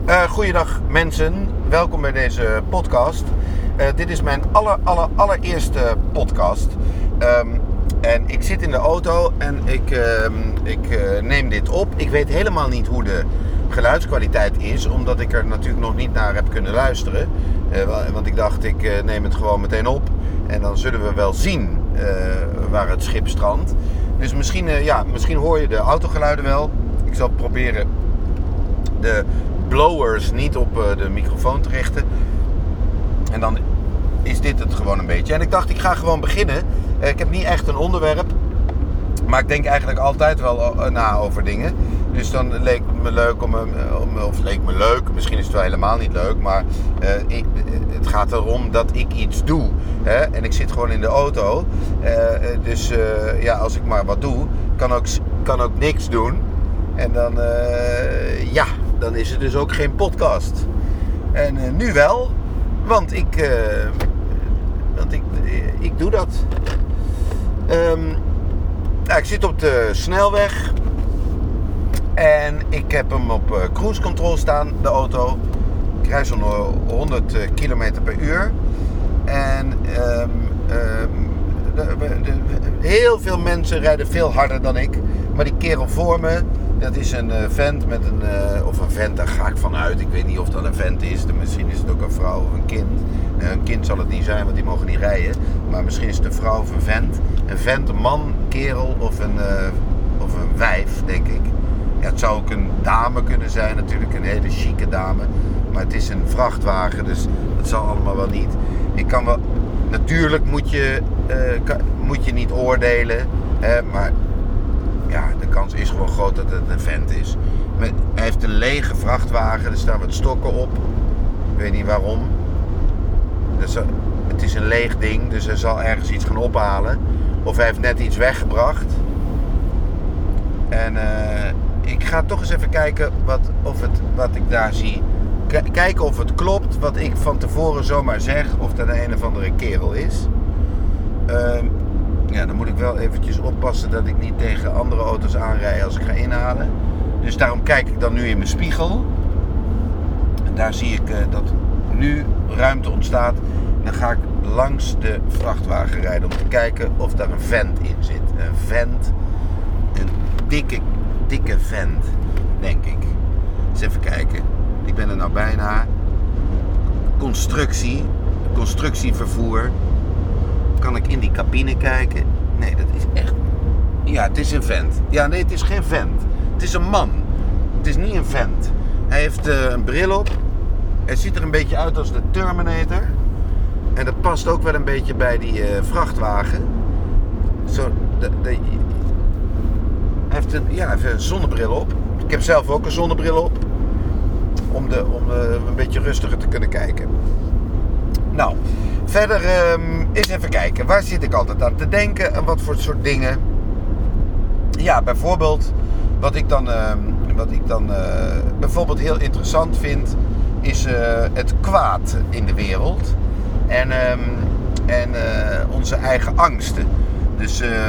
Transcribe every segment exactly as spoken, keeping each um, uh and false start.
Uh, goeiedag mensen, welkom bij deze podcast. Uh, dit is mijn aller, aller, allereerste podcast. Um, en ik zit in de auto en ik, uh, ik uh, neem dit op. Ik weet helemaal niet hoe de geluidskwaliteit is, omdat ik er natuurlijk nog niet naar heb kunnen luisteren. Uh, want ik dacht, ik uh, neem het gewoon meteen op en dan zullen we wel zien uh, waar het schip strandt. Dus misschien, uh, ja, misschien hoor je de autogeluiden wel. Ik zal proberen de blowers niet op uh, de microfoon te richten. En dan is dit het gewoon een beetje. En ik dacht, ik ga gewoon beginnen. Uh, ik heb niet echt een onderwerp. Maar ik denk eigenlijk altijd wel uh, na over dingen. Dus dan leek het me leuk om, om... Of leek me leuk. Misschien is het wel helemaal niet leuk. Maar uh, ik, het gaat erom dat ik iets doe. Hè? En ik zit gewoon in de auto. Uh, dus uh, ja, als ik maar wat doe, kan ook, kan ook niks doen. En dan... Uh, ja... Dan is het dus ook geen podcast. En uh, nu wel, want ik, uh, want ik, uh, ik doe dat. Um, nou, ik zit op de snelweg en ik heb hem op uh, cruise control staan, de auto. Ik rijd zo'n honderd kilometer per uur. En um, um, de, de, de, heel veel mensen rijden veel harder dan ik. Maar die kerel voor me, dat is een uh, vent met een... Uh, of een vent, daar ga ik vanuit. Ik weet niet of dat een vent is. Misschien is het ook een vrouw of een kind. Uh, een kind zal het niet zijn, want die mogen niet rijden. Maar misschien is het een vrouw of een vent. Een vent, een man, een kerel of een, uh, of een wijf, denk ik. Ja, het zou ook een dame kunnen zijn, natuurlijk. Een hele chique dame. Maar het is een vrachtwagen, dus dat zal allemaal wel niet. Ik kan wel... Natuurlijk moet je, uh, kan, moet je niet oordelen. Hè, maar... Ja, de kans is gewoon groot dat het een vent is. Hij heeft een lege vrachtwagen, er staan wat stokken op. Ik weet niet waarom. Dus het is een leeg ding, dus hij zal ergens iets gaan ophalen. Of hij heeft net iets weggebracht. En uh, ik ga toch eens even kijken wat, of het, wat ik daar zie. K- kijken of het klopt wat ik van tevoren zomaar zeg. Of dat een of andere kerel is. Uh, Ja, dan moet ik wel eventjes oppassen dat ik niet tegen andere auto's aanrij als ik ga inhalen. Dus daarom kijk ik dan nu in mijn spiegel. En daar zie ik uh, dat nu ruimte ontstaat. Dan ga ik langs de vrachtwagen rijden om te kijken of daar een vent in zit. Een vent, een dikke, dikke vent, denk ik. Eens even kijken. Ik ben er nou bijna. Constructie, constructievervoer. Kan ik in die cabine kijken? Nee, dat is echt... Ja, het is een vent. Ja, nee, het is geen vent. Het is een man. Het is niet een vent. Hij heeft uh, een bril op. Hij ziet er een beetje uit als de Terminator. En dat past ook wel een beetje bij die uh, vrachtwagen. Zo, de, de, hij heeft een, ja, hij heeft een zonnebril op. Ik heb zelf ook een zonnebril op. Om, de, om uh, een beetje rustiger te kunnen kijken. Nou... Verder um, eens even kijken, waar zit ik altijd aan te denken en wat voor soort dingen. Ja, bijvoorbeeld, wat ik dan, uh, wat ik dan uh, bijvoorbeeld heel interessant vind, is uh, het kwaad in de wereld. En, um, en uh, onze eigen angsten. Dus uh,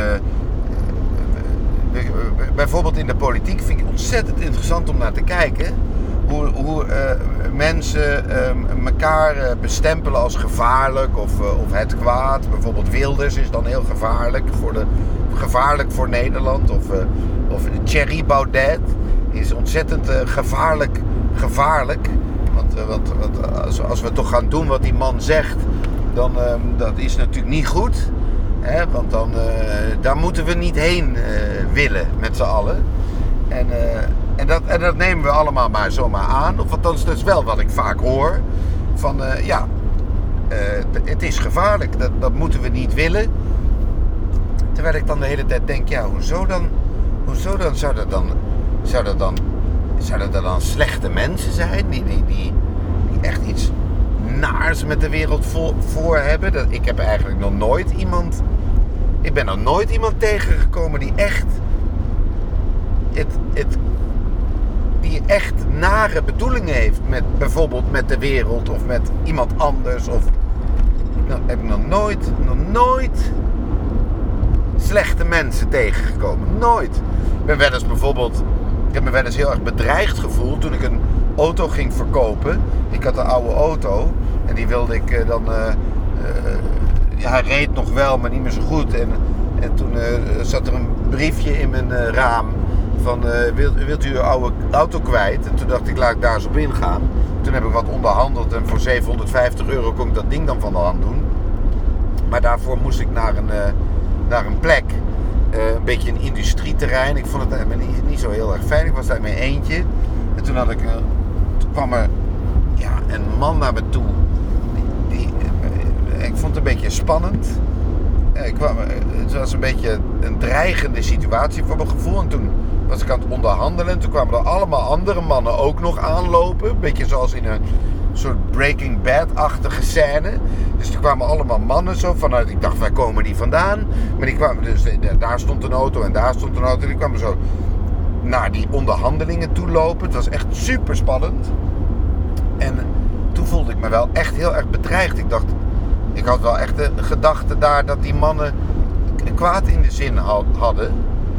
bijvoorbeeld in de politiek vind ik het ontzettend interessant om naar te kijken. Hoe, hoe uh, mensen uh, elkaar uh, bestempelen als gevaarlijk of, uh, of het kwaad. Bijvoorbeeld Wilders is dan heel gevaarlijk voor, de, gevaarlijk voor Nederland. Of, uh, of Thierry Baudet is ontzettend uh, gevaarlijk. gevaarlijk. Want, uh, want, want als, als we toch gaan doen wat die man zegt, dan uh, dat is natuurlijk niet goed. Hè? Want dan, uh, daar moeten we niet heen uh, willen met z'n allen. En... Uh, En dat, en dat nemen we allemaal maar zomaar aan. Of althans, dat is wel wat ik vaak hoor. Van uh, ja, uh, het is gevaarlijk. Dat, dat moeten we niet willen. Terwijl ik dan de hele tijd denk, ja, hoezo dan? Hoezo dan? Zou dat dan, zou dat dan, zouden dat dan slechte mensen zijn? Die, die, die, die echt iets naars met de wereld voor, voor hebben? Dat, ik heb eigenlijk nog nooit iemand... Ik ben nog nooit iemand tegengekomen die echt... Het... het die echt nare bedoelingen heeft met bijvoorbeeld met de wereld of met iemand anders of nou, heb ik nog nooit, nog nooit slechte mensen tegengekomen. Nooit. Ik ben wel eens bijvoorbeeld, ik heb me wel eens heel erg bedreigd gevoeld toen ik een auto ging verkopen. Ik had een oude auto en die wilde ik uh, dan... Uh, uh, ja, hij reed nog wel, maar niet meer zo goed. En, en toen uh, zat er een briefje in mijn uh, raam van uh, wilt, wilt u uw oude auto kwijt? En toen dacht ik, laat ik daar eens op ingaan. Toen heb ik wat onderhandeld en voor zevenhonderdvijftig euro kon ik dat ding dan van de hand doen. Maar daarvoor moest ik naar een, uh, naar een plek. Uh, een beetje een industrieterrein. Ik vond het niet, niet zo heel erg fijn. Ik was daar in mijn eentje. En toen, had ik, uh, toen kwam er ja, een man naar me toe. Die, die, uh, ik vond het een beetje spannend. Uh, ik kwam, uh, het was een beetje een dreigende situatie voor mijn gevoel. En toen was ik aan het onderhandelen. En toen kwamen er allemaal andere mannen ook nog aanlopen. Een beetje zoals in een soort Breaking Bad-achtige scène. Dus er kwamen allemaal mannen zo vanuit. Ik dacht, waar komen die vandaan? Maar die kwamen dus, daar stond een auto en daar stond een auto. Die kwamen zo naar die onderhandelingen toe lopen. Het was echt super spannend. En toen voelde ik me wel echt heel erg bedreigd. Ik dacht, ik had wel echt de gedachte daar dat die mannen kwaad in de zin hadden.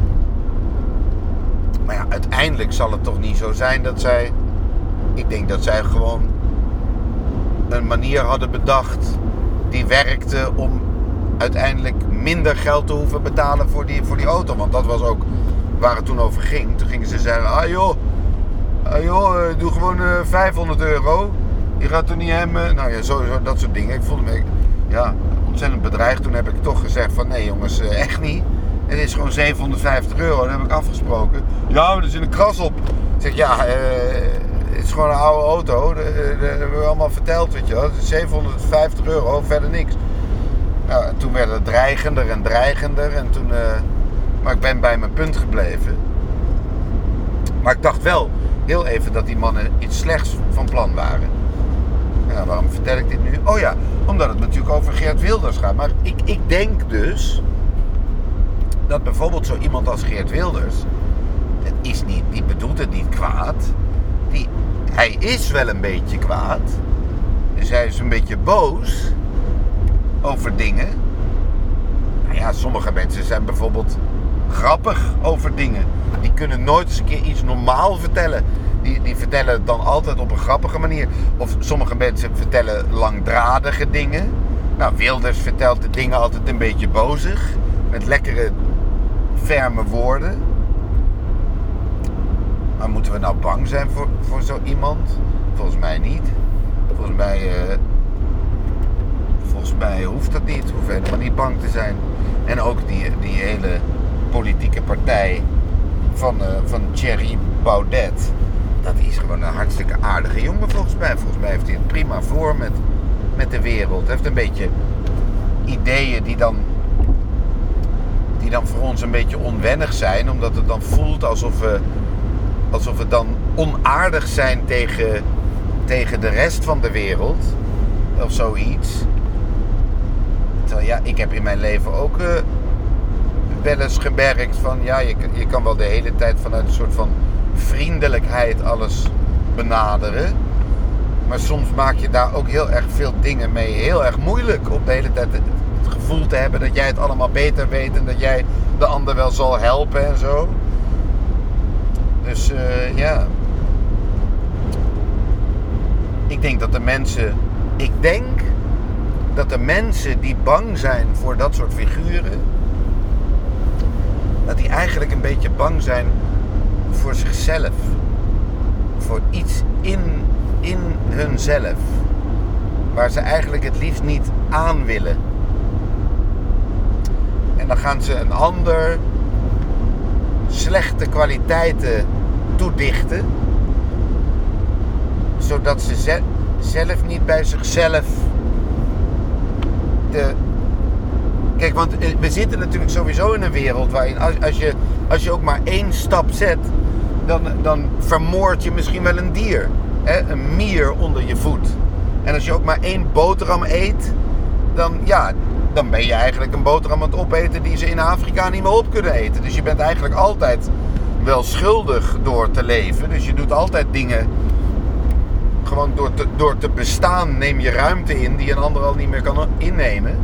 Maar ja, uiteindelijk zal het toch niet zo zijn dat zij... Ik denk dat zij gewoon een manier hadden bedacht die werkte om uiteindelijk minder geld te hoeven betalen voor die, voor die auto. Want dat was ook waar het toen over ging. Toen gingen ze zeggen, ah joh, ah joh doe gewoon uh, vijfhonderd euro. Je gaat er niet hem... Uh, nou ja, sowieso dat soort dingen. Ik voelde me ja, ontzettend bedreigd. Toen heb ik toch gezegd van nee jongens, uh, echt niet. Het is gewoon zevenhonderdvijftig euro. Dat heb ik afgesproken. Ja, maar er zit een kras op. Ik zeg ja... Uh, Het is gewoon een oude auto, dat, dat hebben we allemaal verteld, weet je wel. Het is zevenhonderdvijftig euro, verder niks. Nou, en toen werd het dreigender en dreigender. En toen, uh, maar ik ben bij mijn punt gebleven. Maar ik dacht wel heel even dat die mannen iets slechts van plan waren. Ja, waarom vertel ik dit nu? Oh ja, omdat het natuurlijk over Geert Wilders gaat. Maar ik, ik denk dus dat bijvoorbeeld zo iemand als Geert Wilders... Het is niet, die bedoelt het niet kwaad... Die, hij is wel een beetje kwaad. Dus hij is een beetje boos over dingen. Nou ja, sommige mensen zijn bijvoorbeeld grappig over dingen. Die kunnen nooit eens een keer iets normaal vertellen. Die, die vertellen het dan altijd op een grappige manier. Of sommige mensen vertellen langdradige dingen. Nou, Wilders vertelt de dingen altijd een beetje bozig. Met lekkere, ferme woorden. Maar moeten we nou bang zijn voor, voor zo iemand? Volgens mij niet. Volgens mij, uh, volgens mij hoeft dat niet. We hoeven helemaal niet bang te zijn. En ook die, die hele politieke partij van, uh, van Thierry Baudet. Dat is gewoon een hartstikke aardige jongen volgens mij. Volgens mij heeft hij het prima voor met, met de wereld. Hij heeft een beetje ideeën die dan, die dan voor ons een beetje onwennig zijn. Omdat het dan voelt alsof we... Alsof we dan onaardig zijn tegen, tegen de rest van de wereld. Of zoiets. Terwijl ja, ik heb in mijn leven ook uh, wel eens gemerkt van... Ja, je, je kan wel de hele tijd vanuit een soort van vriendelijkheid alles benaderen. Maar soms maak je daar ook heel erg veel dingen mee heel erg moeilijk. Om de hele tijd het, het gevoel te hebben dat jij het allemaal beter weet. En dat jij de ander wel zal helpen en zo. Dus uh, ja, ik denk dat de mensen, ik denk dat de mensen die bang zijn voor dat soort figuren, dat die eigenlijk een beetje bang zijn voor zichzelf. Voor iets in, in hunzelf, waar ze eigenlijk het liefst niet aan willen. En dan gaan ze een ander slechte kwaliteiten toedichten, zodat ze ze- zelf niet bij zichzelf de... Kijk, want we zitten natuurlijk sowieso in een wereld waarin als, als, je, als je ook maar één stap zet, dan, dan vermoord je misschien wel een dier, hè? Een mier onder je voet. En als je ook maar één boterham eet, dan ja, dan ben je eigenlijk een boterham aan het opeten die ze in Afrika niet meer op kunnen eten. Dus je bent eigenlijk altijd wel schuldig door te leven. Dus je doet altijd dingen, gewoon door te, door te bestaan neem je ruimte in die een ander al niet meer kan innemen.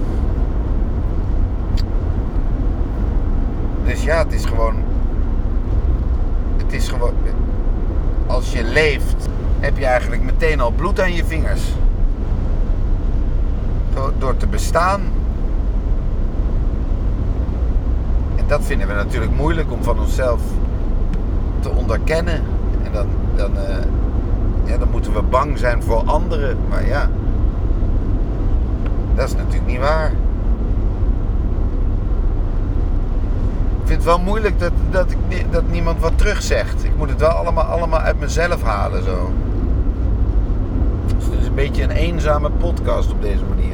Dus ja, het is gewoon, het is gewoon, als je leeft heb je eigenlijk meteen al bloed aan je vingers. Door te bestaan. En dat vinden we natuurlijk moeilijk om van onszelf te onderkennen. En dan, dan, uh, ja, dan moeten we bang zijn voor anderen. Maar ja, dat is natuurlijk niet waar. Ik vind het wel moeilijk dat, dat, ik, dat niemand wat terugzegt. Ik moet het wel allemaal, allemaal uit mezelf halen zo. Dus het is een beetje een eenzame podcast op deze manier.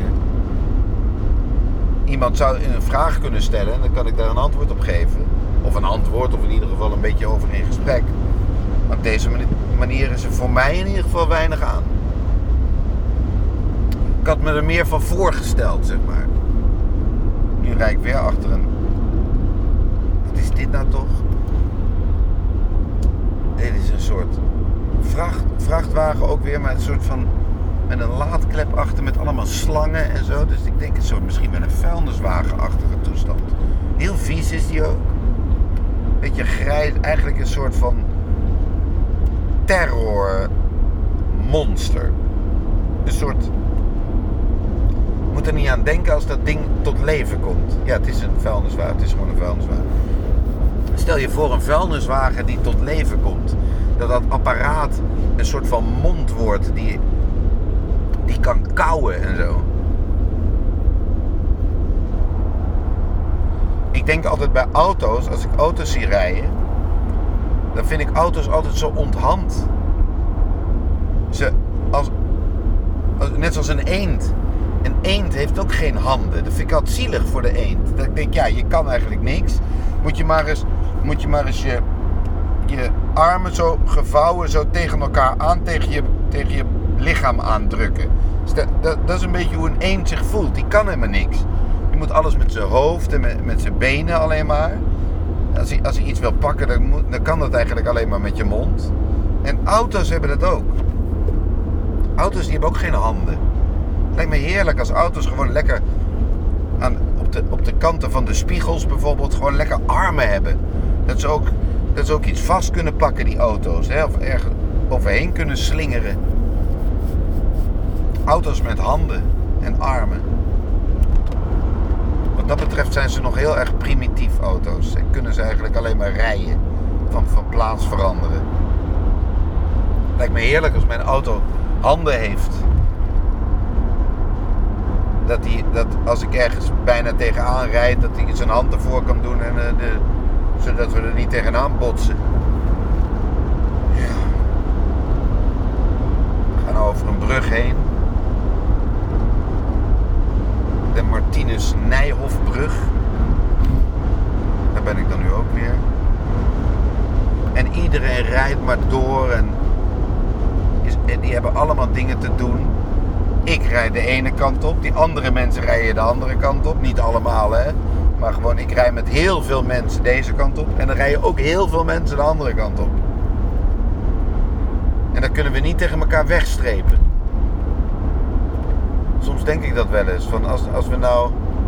Iemand zou een vraag kunnen stellen en dan kan ik daar een antwoord op geven. Of een antwoord, of in ieder geval een beetje over in gesprek. Maar op deze manier is er voor mij in ieder geval weinig aan. Ik had me er meer van voorgesteld, zeg maar. Nu rijd ik weer achter een... Wat is dit nou toch? Dit is een soort vracht, vrachtwagen ook weer, maar een soort van... met een laadklep achter met allemaal slangen en zo. Dus ik denk een soort misschien wel een vuilniswagenachtige toestand. Heel vies is die ook. Beetje grijs, eigenlijk een soort van terrormonster. Een soort... Je moet er niet aan denken als dat ding tot leven komt. Ja, het is een vuilniswagen, het is gewoon een vuilniswagen. Stel je voor een vuilniswagen die tot leven komt. Dat dat apparaat een soort van mond wordt die... die kan kauwen en zo. Ik denk altijd bij auto's, als ik auto's zie rijden, dan vind ik auto's altijd zo onthand. Ze, als, als, net zoals een eend. Een eend heeft ook geen handen. Dat vind ik altijd zielig voor de eend. Dat ik denk, ja, je kan eigenlijk niks. Moet je maar eens, moet je, maar eens je, je armen zo gevouwen, zo tegen elkaar aan, tegen je, tegen je lichaam aandrukken. Dus dat, dat, dat is een beetje hoe een eend zich voelt. Die kan helemaal niks. Die moet alles met zijn hoofd en met, met zijn benen alleen maar. Als hij, als hij iets wil pakken, dan, moet, dan kan dat eigenlijk alleen maar met je mond. En auto's hebben dat ook. Auto's die hebben ook geen handen. Het lijkt me heerlijk als auto's gewoon lekker aan, op, de, op de kanten van de spiegels bijvoorbeeld gewoon lekker armen hebben. Dat ze ook, dat ze ook iets vast kunnen pakken, die auto's. Hè? Of ergens overheen kunnen slingeren. Auto's met handen en armen. Wat dat betreft zijn ze nog heel erg primitief, auto's. En kunnen ze eigenlijk alleen maar rijden. Van, van plaats veranderen. Lijkt me heerlijk als mijn auto handen heeft. Dat, die, dat als ik ergens bijna tegenaan rijd, dat hij zijn hand ervoor kan doen. En, uh, de, zodat we er niet tegenaan botsen. Ja. We gaan over een brug heen. De Martinus Nijhoffbrug. Daar ben ik dan nu ook weer. En iedereen rijdt maar door en, is, en die hebben allemaal dingen te doen. Ik rijd de ene kant op, die andere mensen rijden de andere kant op. Niet allemaal, hè. Maar gewoon, ik rijd met heel veel mensen deze kant op. En dan rijden ook heel veel mensen de andere kant op. En dan kunnen we niet tegen elkaar wegstrepen. Soms denk ik dat wel eens. Van als, als we nou...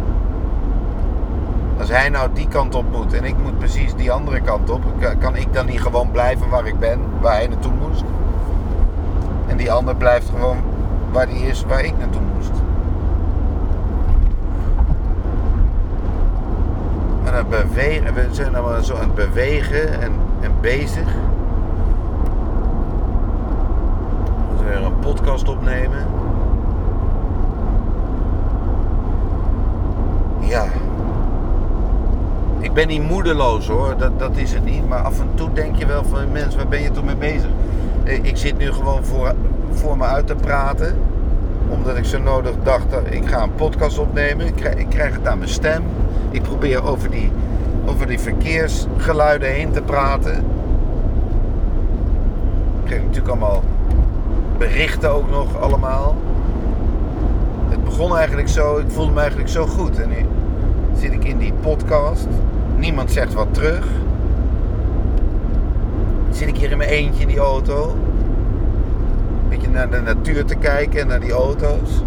Als hij nou die kant op moet en ik moet precies die andere kant op. Kan ik dan niet gewoon blijven waar ik ben, waar hij naartoe moest? En die ander blijft gewoon waar die is, waar ik naartoe moest. En dan bewegen, we zijn allemaal zo aan het bewegen en, en bezig. We moeten weer een podcast opnemen. Ja. Ik ben niet moedeloos hoor, dat, dat is het niet. Maar af en toe denk je wel van, mens, waar ben je toch mee bezig? Ik zit nu gewoon voor, voor me uit te praten. Omdat ik zo nodig dacht, dat ik ga een podcast opnemen. Ik krijg, ik krijg het aan mijn stem. Ik probeer over die, over die verkeersgeluiden heen te praten. Ik krijg natuurlijk allemaal berichten ook nog allemaal. Het begon eigenlijk zo, ik voelde me eigenlijk zo goed. En nu zit ik in die podcast. Niemand zegt wat terug. Zit ik hier in mijn eentje in die auto. Een beetje naar de natuur te kijken en naar die auto's.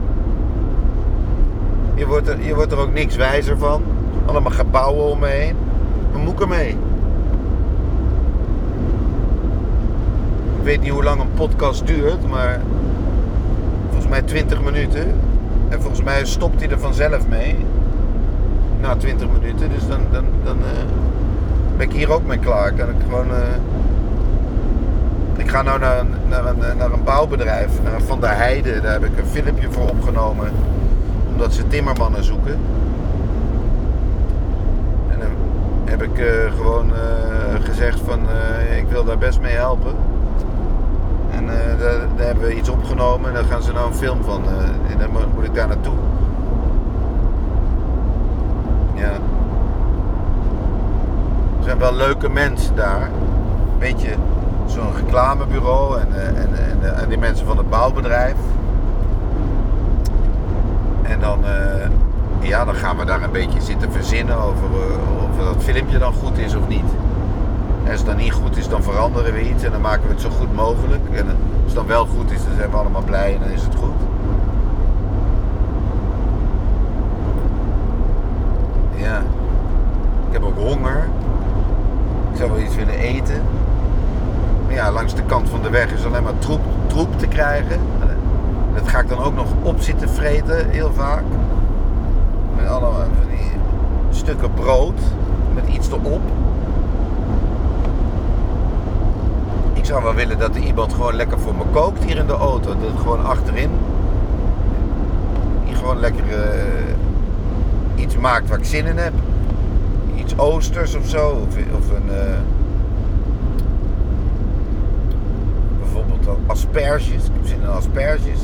Je wordt er, je wordt er ook niks wijzer van. Allemaal gebouwen om me heen. Wat moet ik ermee? weet niet hoe lang een podcast duurt, maar volgens mij twintig minuten. En volgens mij stopt hij er vanzelf mee. Na twintig minuten, dus dan, dan, dan uh, ben ik hier ook mee klaar. Kan ik gewoon... Uh, ik ga nou naar een, naar, een, naar een bouwbedrijf, naar Van der Heijden. Daar heb ik een filmpje voor opgenomen. Omdat ze timmermannen zoeken. En dan heb ik uh, gewoon uh, gezegd van uh, ik wil daar best mee helpen. En uh, daar, daar hebben we iets opgenomen en daar gaan ze nou een film van. Uh, en dan moet ik daar naartoe. Ja. Er zijn wel leuke mensen daar. Weet je, zo'n reclamebureau en, uh, en, en, en die mensen van het bouwbedrijf. En dan, uh, ja, dan gaan we daar een beetje zitten verzinnen over uh, of dat filmpje dan goed is of niet. En als het dan niet goed is, dan veranderen we iets en dan maken we het zo goed mogelijk. En als het dan wel goed is, dan zijn we allemaal blij en dan is het goed. Ja, ik heb ook honger. Ik zou wel iets willen eten. Maar ja, langs de kant van de weg is alleen maar troep, troep te krijgen. Dat ga ik dan ook nog op zitten vreten, heel vaak. Met allemaal van die stukken brood met iets erop. Ik zou wel willen dat er iemand gewoon lekker voor me kookt hier in de auto. Dat het gewoon achterin. Hier gewoon lekker uh, iets maakt waar ik zin in heb. Iets oosters of zo. Of, of een... Uh, bijvoorbeeld asperges. Ik heb zin in asperges.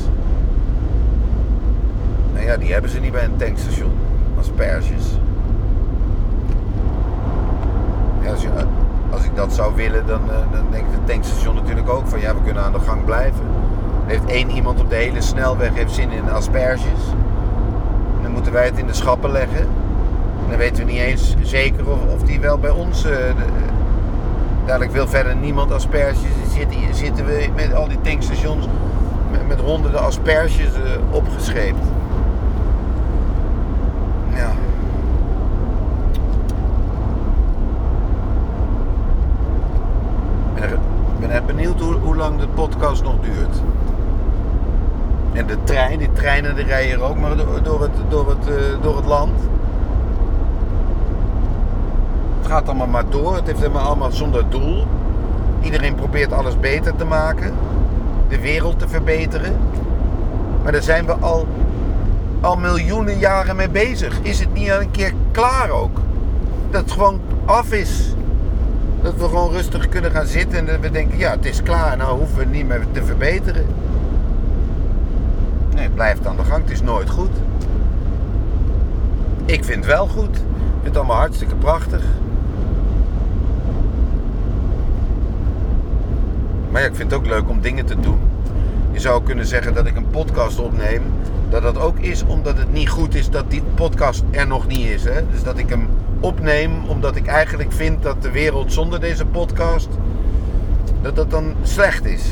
Nou ja, die hebben ze niet bij een tankstation. Asperges. Ja, als, je, als ik dat zou willen, dan, dan denkt het tankstation natuurlijk ook van ja, we kunnen aan de gang blijven. Er heeft één iemand op de hele snelweg heeft zin in asperges. Dan moeten wij het in de schappen leggen. En dan weten we niet eens zeker of, of die wel bij ons... Uh, de, dadelijk wil verder niemand asperges. Zitten, zitten we met al die tankstations met, met honderden asperges uh, opgescheept. Ja. Ik ben echt benieuwd hoe, hoe lang de podcast nog duurt. En de trein, die treinen die rijden hier ook maar door, door, het, door, het, uh, door het land. Het gaat allemaal maar door, het heeft helemaal allemaal zonder doel. Iedereen probeert alles beter te maken. De wereld te verbeteren. Maar daar zijn we al, al miljoenen jaren mee bezig. Is het niet al een keer klaar ook? Dat het gewoon af is. Dat we gewoon rustig kunnen gaan zitten en dat we denken, ja, het is klaar, nou hoeven we het niet meer te verbeteren. Nee, het blijft aan de gang, het is nooit goed. Ik vind het wel goed. Ik vind het allemaal hartstikke prachtig. Maar ja, ik vind het ook leuk om dingen te doen. Je zou kunnen zeggen dat ik een podcast opneem, dat dat ook is omdat het niet goed is dat die podcast er nog niet is. Hè? Dus dat ik hem opneem omdat ik eigenlijk vind dat de wereld zonder deze podcast, dat dat dan slecht is.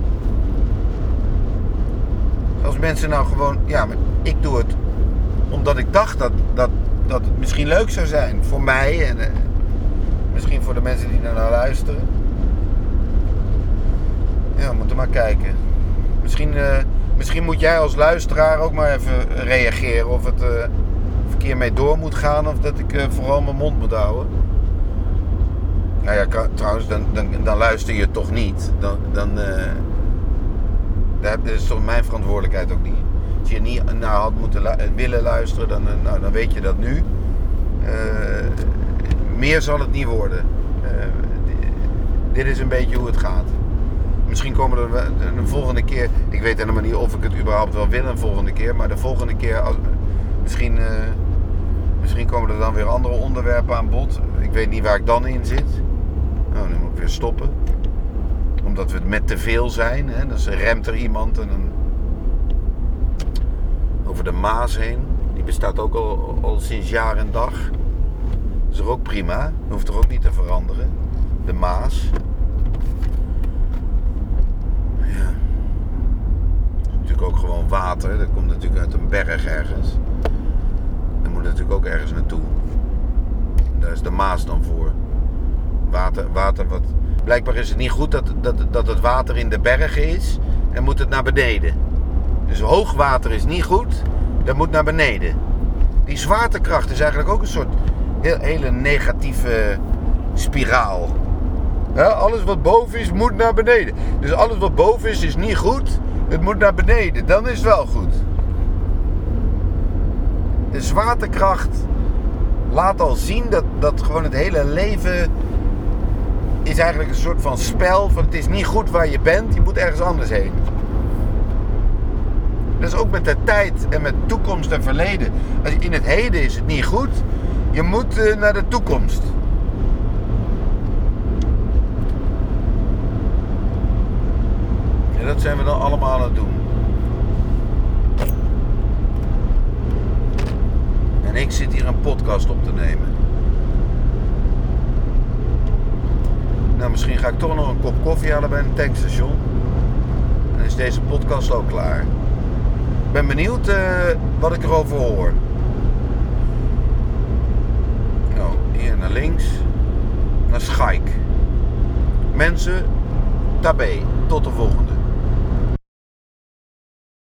Als mensen nou gewoon, ja, maar ik doe het omdat ik dacht dat, dat, dat het misschien leuk zou zijn voor mij en uh, misschien voor de mensen die naar luisteren. Ja, we moeten maar kijken. Misschien, uh, misschien moet jij als luisteraar ook maar even reageren of het uh, of ik hiermee door moet gaan of dat ik uh, vooral mijn mond moet houden. Nou ja, trouwens, dan, dan, dan luister je toch niet. Dan, dan, uh, dat is toch mijn verantwoordelijkheid ook niet. Als je niet naar had moeten lu- willen luisteren, dan, uh, nou, dan weet je dat nu. Uh, meer zal het niet worden. Uh, d- dit is een beetje hoe het gaat. Misschien komen er de volgende keer, ik weet helemaal niet of ik het überhaupt wel wil een volgende keer, maar de volgende keer, als, misschien, uh, misschien komen er dan weer andere onderwerpen aan bod. Ik weet niet waar ik dan in zit. Nou, nu moet ik weer stoppen. Omdat we het met te veel zijn. Hè? Dus remt er iemand en dan over de Maas heen. Die bestaat ook al, al sinds jaar en dag. Dat is er ook prima. Hoeft er ook niet te veranderen. De Maas. Ja. Dat is natuurlijk ook gewoon water. Dat komt natuurlijk uit een berg ergens. Dat moet natuurlijk ook ergens naartoe. Daar is de Maas dan voor. Water, water wat, Blijkbaar is het niet goed dat, dat, dat het water in de bergen is en moet het naar beneden. Dus hoogwater is niet goed, dat moet naar beneden. Die zwaartekracht is eigenlijk ook een soort heel, hele negatieve spiraal. Ja, alles wat boven is, moet naar beneden. Dus alles wat boven is, is niet goed. Het moet naar beneden, dan is het wel goed. De zwaartekracht laat al zien dat, dat gewoon het hele leven is eigenlijk een soort van spel. Van het is niet goed waar je bent, je moet ergens anders heen. Dat is ook met de tijd en met toekomst en verleden. Als je in het heden is het niet goed, je moet uh, naar de toekomst. En dat zijn we dan allemaal aan het doen. En ik zit hier een podcast op te nemen. Nou, misschien ga ik toch nog een kop koffie halen bij een tankstation. En dan is deze podcast ook klaar. Ik ben benieuwd uh, wat ik erover hoor. Nou, hier naar links. Naar Schaik. Mensen, tabé. Tot de volgende.